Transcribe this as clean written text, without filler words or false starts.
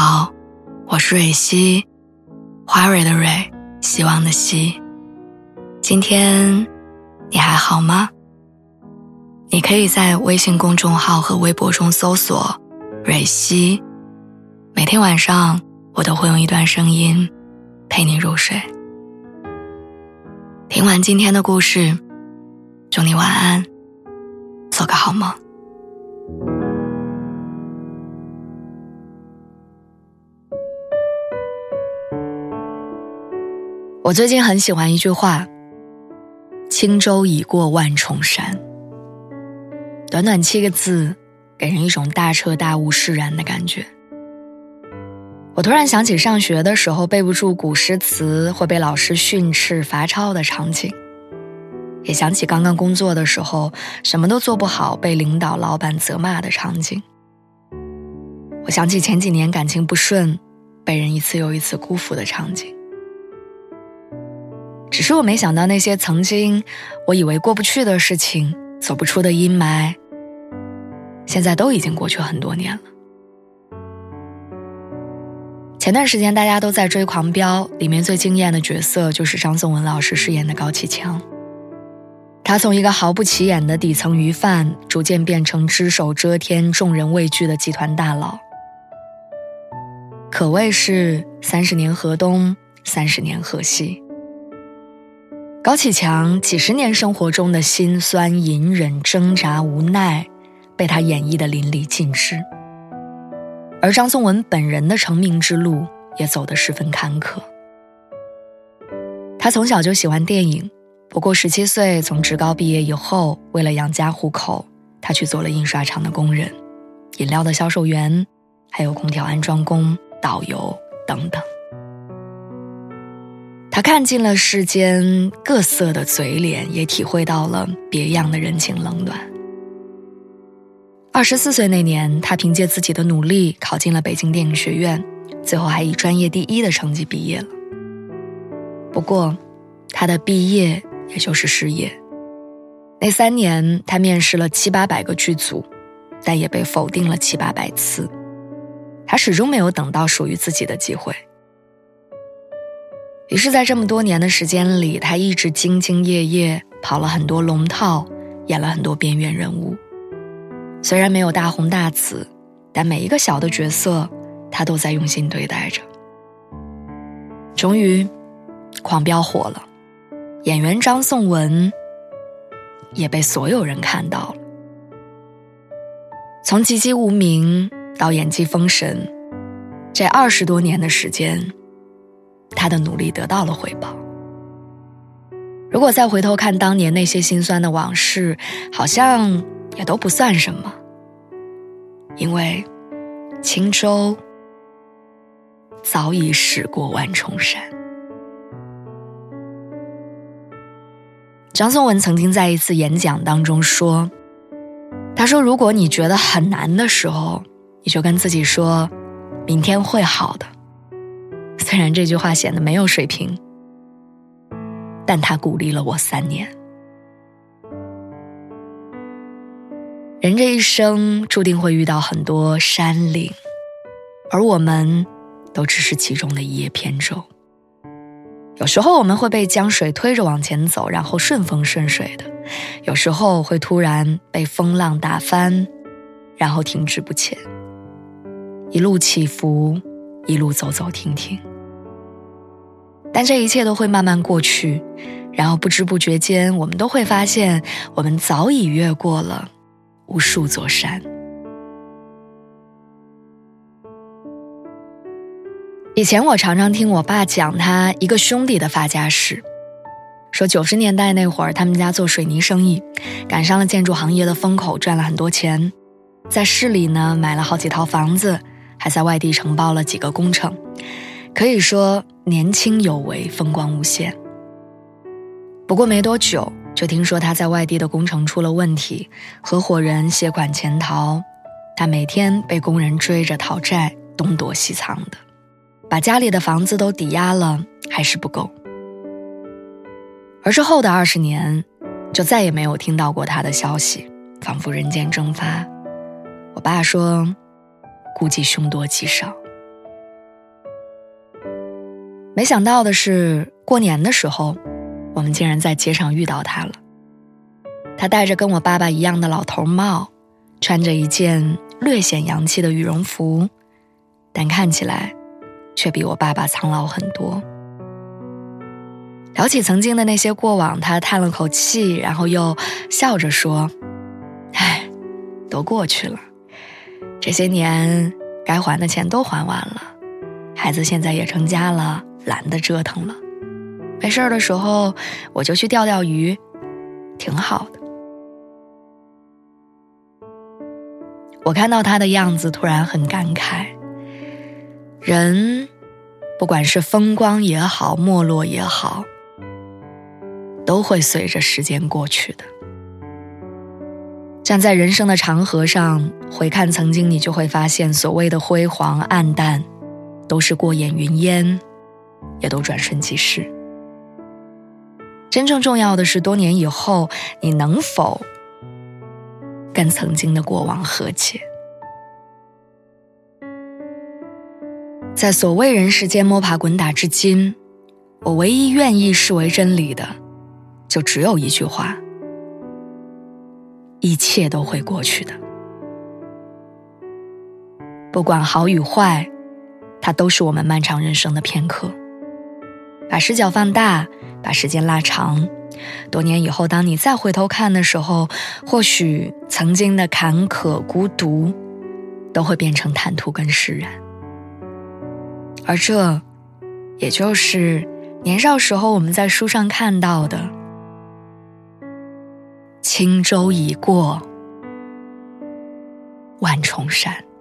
好，我是蕊希，花蕊的蕊，希望的希。今天你还好吗？你可以在微信公众号和微博中搜索蕊希，每天晚上我都会用一段声音陪你入睡。听完今天的故事，祝你晚安，做个好梦。我最近很喜欢一句话，轻舟已过万重山。短短7个字，给人一种大彻大悟释然的感觉。我突然想起上学的时候背不住古诗词，会被老师训斥罚抄的场景，也想起刚刚工作的时候什么都做不好，被领导老板责骂的场景。我想起前几年感情不顺，被人一次又一次辜负的场景。只是我没想到，那些曾经我以为过不去的事情，走不出的阴霾，现在都已经过去很多年了。前段时间大家都在追《狂飙》，里面最惊艳的角色就是张颂文老师饰演的高启强。他从一个毫不起眼的底层鱼贩，逐渐变成只手遮天、众人畏惧的集团大佬，可谓是30年河东，30年河西。高启强几十年生活中的辛酸、隐忍、挣扎、无奈，被他演绎得淋漓尽致。而张颂文本人的成名之路也走得十分坎坷。他从小就喜欢电影，不过17岁从职高毕业以后，为了养家糊口，他去做了印刷厂的工人、饮料的销售员，还有空调安装工、导游等等。他看尽了世间各色的嘴脸，也体会到了别样的人情冷暖。24岁那年，他凭借自己的努力考进了北京电影学院，最后还以专业第1的成绩毕业了。不过，他的毕业也就是失业。那3年，他面试了700-800个剧组，但也被否定了700-800次。他始终没有等到属于自己的机会。于是在这么多年的时间里，他一直兢兢业业，跑了很多龙套，演了很多边缘人物。虽然没有大红大紫，但每一个小的角色他都在用心对待着。终于狂飙火了，演员张颂文也被所有人看到了。从籍籍无名到演技封神，这20多年的时间，他的努力得到了回报。如果再回头看当年那些心酸的往事，好像也都不算什么，因为轻舟早已驶过万重山。张颂文曾经在一次演讲当中说，他说如果你觉得很难的时候，你就跟自己说明天会好的。虽然这句话显得没有水平，但他鼓励了我3年。人这一生注定会遇到很多山岭，而我们都只是其中的一叶扁舟。有时候我们会被江水推着往前走，然后顺风顺水的；有时候会突然被风浪打翻，然后停滞不前。一路起伏，一路走走停停。但这一切都会慢慢过去，然后不知不觉间，我们都会发现，我们早已越过了无数座山。以前我常常听我爸讲他一个兄弟的发家史，说90年代那会儿，他们家做水泥生意，赶上了建筑行业的风口，赚了很多钱，在市里呢买了好几套房子，还在外地承包了几个工程，可以说年轻有为，风光无限。不过没多久，就听说他在外地的工程出了问题，合伙人携款潜逃，他每天被工人追着讨债，东躲西藏的，把家里的房子都抵押了，还是不够。而之后的20年，就再也没有听到过他的消息，仿佛人间蒸发。我爸说，估计凶多吉少。 没想到的是，过年的时候，我们竟然在街上遇到他了。他戴着跟我爸爸一样的老头帽，穿着一件略显洋气的羽绒服，但看起来却比我爸爸苍老很多。聊起曾经的那些过往，他叹了口气，然后又笑着说：唉，都过去了，这些年该还的钱都还完了，孩子现在也成家了，懒得折腾了，没事的时候我就去钓钓鱼，挺好的。我看到他的样子，突然很感慨，人不管是风光也好，没落也好，都会随着时间过去的。站在人生的长河上，回看曾经，你就会发现，所谓的辉煌暗淡，都是过眼云烟，也都转瞬即逝。真正重要的是，多年以后，你能否跟曾经的过往和解？在所谓人世间摸爬滚打至今，我唯一愿意视为真理的，就只有一句话：一切都会过去的。不管好与坏，它都是我们漫长人生的片刻。把视角放大，把时间拉长，多年以后，当你再回头看的时候，或许曾经的坎坷孤独都会变成坦途跟释然。而这也就是年少时候我们在书上看到的：轻舟已过万重山。